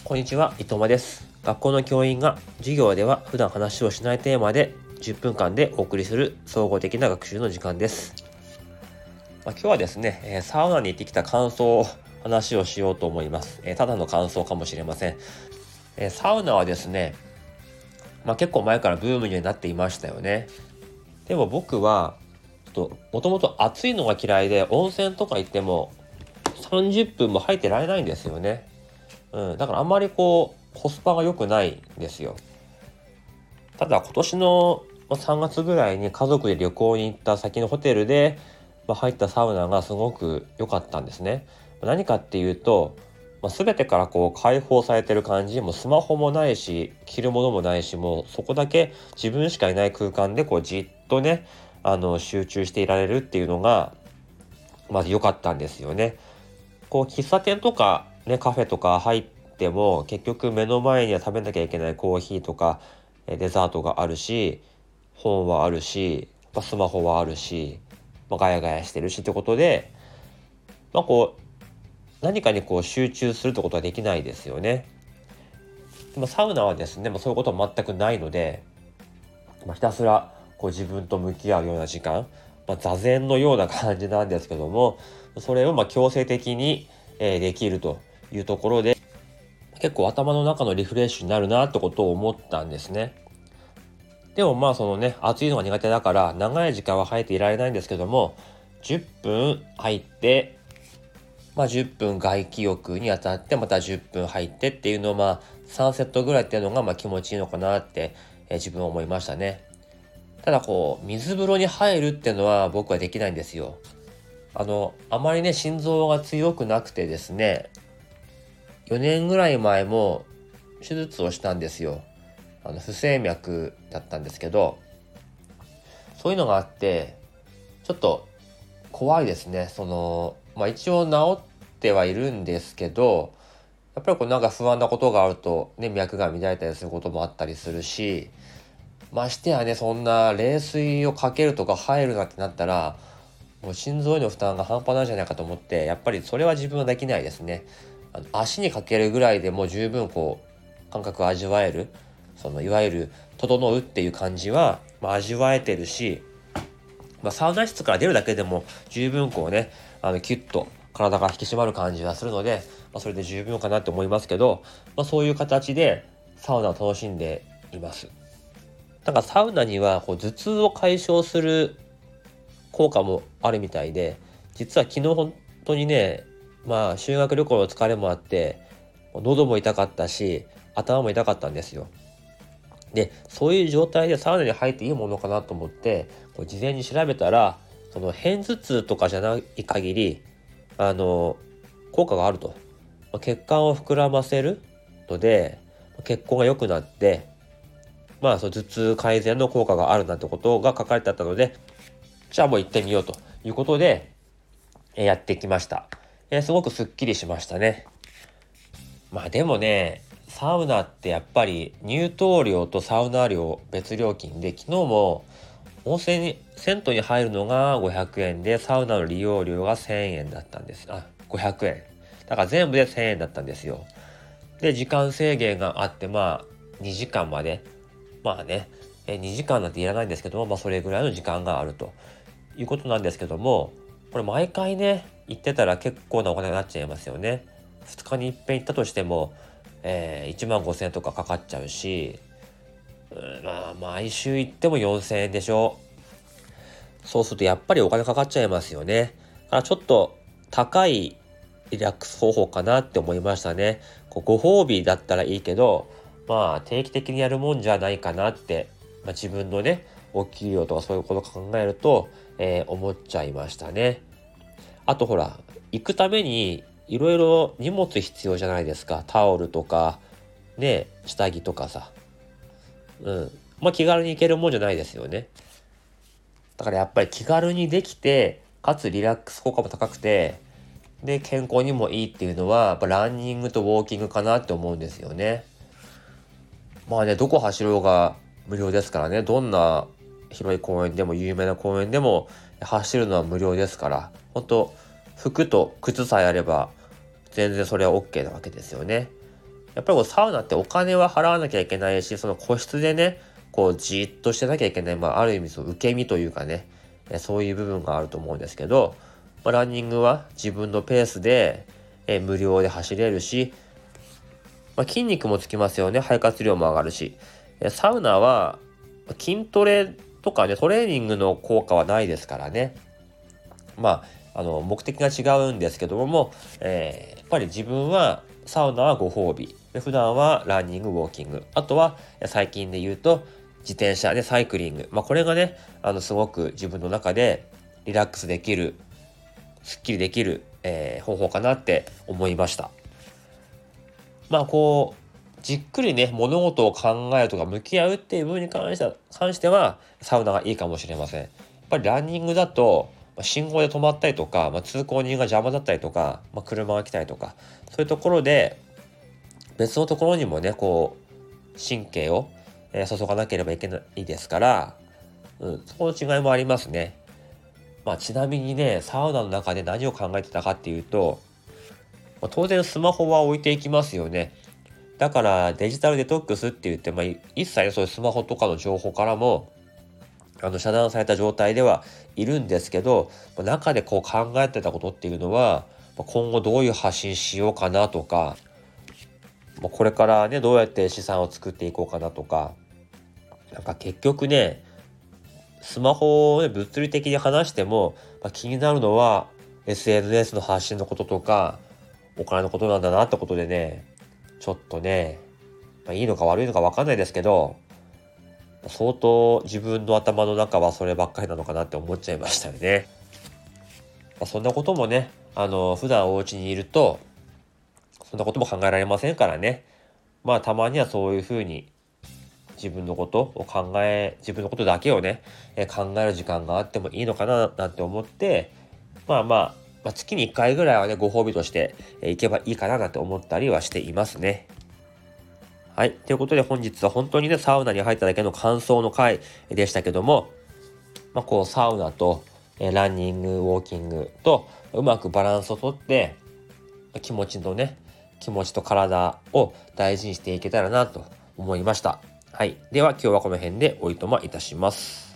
こんにちは、伊藤間です。学校の教員が授業では普段話をしないテーマで10分間でお送りする総合的な学習の時間です。今日はですね、サウナに行ってきた感想を話をしようと思います。ただの感想かもしれません。サウナはですね、結構前からブームになっていましたよね。でも僕はもともと暑いのが嫌いで、温泉とか行っても30分も入ってられないんですよね。だからあんまりコスパが良くないんですよ。ただ今年の3月ぐらいに家族で旅行に行った先のホテルで、入ったサウナがすごく良かったんですね。何かっていうと、全てから解放されてる感じ、もうスマホもないし着るものもないし、もうそこだけ自分しかいない空間でじっとね集中していられるっていうのがまず良かったんですよね。喫茶店とかね、カフェとか入っても結局目の前には食べなきゃいけないコーヒーとかデザートがあるし、本はあるし、スマホはあるし、ガヤガヤしてるしってことで、何かに集中するってことはできないですよね。でもサウナはですね、そういうことは全くないので、ひたすら自分と向き合うような時間、座禅のような感じなんですけども、それを強制的にできるというところで、結構頭の中のリフレッシュになるなってことを思ったんですね。でもそのね、暑いのが苦手だから長い時間は入っていられないんですけども、10分入って、10分外気浴にあたってまた10分入ってっていうのを3セットぐらいっていうのが気持ちいいのかなって、自分は思いましたね。ただ水風呂に入るっていうのは僕はできないんですよ。あまりね、心臓が強くなくてですね、4年ぐらい前も手術をしたんですよ。不整脈だったんですけど、そういうのがあってちょっと怖いですね。一応治ってはいるんですけど、やっぱりなんか不安なことがあるとね、脈が乱れたりすることもあったりするし、ましてやね、そんな冷水をかけるとか入るなってなったら、もう心臓への負担が半端ないんじゃないかと思って、やっぱりそれは自分はできないですね。足にかけるぐらいでもう十分感覚を味わえる、いわゆる整うっていう感じは、味わえてるし、サウナ室から出るだけでも十分キュッと体が引き締まる感じがするので、それで十分かなと思いますけど、そういう形でサウナを楽しんでいます。なんかサウナには頭痛を解消する効果もあるみたいで、実は昨日本当にね、修学旅行の疲れもあって喉も痛かったし頭も痛かったんですよ。で、そういう状態でサウナに入っていいものかなと思って事前に調べたら、その片頭痛とかじゃない限り効果があると。血管を膨らませるので血行が良くなって、頭痛改善の効果があるなんてことが書かれてあったので、じゃあもう行ってみようということでやってきました。すごくすっきりしましたね。でもね、サウナってやっぱり入湯料とサウナ料別料金で、昨日も銭湯に入るのが500円でサウナの利用料が1000円だったんです。500円だから全部で1000円だったんですよ。で、時間制限があって2時間まで2時間なんていらないんですけども、それぐらいの時間があるということなんですけども、これ毎回ね行ってたら結構なお金になっちゃいますよね。2日に一遍行ったとしても、1万5千円とかかかっちゃうし、毎週行っても4000円でしょ。そうするとやっぱりお金かかっちゃいますよね。だからちょっと高いリラックス方法かなって思いましたね。ご褒美だったらいいけど、定期的にやるもんじゃないかなって、自分のねお給料とかそういうことを考えると、思っちゃいましたね。あとほら、行くためにいろいろ荷物必要じゃないですか。タオルとかね、下着とかさ、気軽に行けるもんじゃないですよね。だからやっぱり気軽にできて、かつリラックス効果も高くて、で健康にもいいっていうのはやっぱランニングとウォーキングかなって思うんですよね。どこ走ろうが無料ですからね。どんな広い公園でも有名な公園でも走るのは無料ですから、本当服と靴さえあれば全然それは OK なわけですよね。 やっぱりサウナってお金は払わなきゃいけないし、その個室でね、じーっとしてなきゃいけない、ある意味受け身というかね、そういう部分があると思うんですけど、ランニングは自分のペースで、無料で走れるし、筋肉もつきますよね。肺活量も上がるし。サウナは筋トレとかね、トレーニングの効果はないですからね。目的が違うんですけども、やっぱり自分はサウナはご褒美。普段はランニング、ウォーキング。あとは最近で言うと自転車でサイクリング。これがね、すごく自分の中でリラックスできる、すっきりできる、方法かなって思いました。じっくりね、物事を考えるとか向き合うっていう部分に関しては、サウナがいいかもしれません。やっぱりランニングだと、信号で止まったりとか、通行人が邪魔だったりとか、車が来たりとか、そういうところで、別のところにもね、神経を、注がなければいけないですから、そこの違いもありますね。ちなみにね、サウナの中で何を考えてたかっていうと、当然スマホは置いていきますよね。だからデジタルデトックスって言って、一切そういうスマホとかの情報からも遮断された状態ではいるんですけど、中で考えてたことっていうのは、今後どういう発信しようかなとか、これからねどうやって資産を作っていこうかなとか、結局ね、スマホを、物理的に話しても、気になるのは SNS の発信のこととかお金のことなんだなってことでね、ちょっとね、いいのか悪いのか分かんないですけど、相当自分の頭の中はそればっかりなのかなって思っちゃいましたよね。そんなこともね、普段お家にいるとそんなことも考えられませんからね。たまにはそういうふうに自分のこと自分のことだけをね、考える時間があってもいいのかななんて思って、月に1回ぐらいはね、ご褒美として、いけばいいかななんて思ったりはしていますね。はい。ということで本日は本当にね、サウナに入っただけの感想の回でしたけども、サウナと、ランニング、ウォーキングとうまくバランスをとって、気持ちと体を大事にしていけたらなと思いました。はい。では今日はこの辺でおいとまいたします。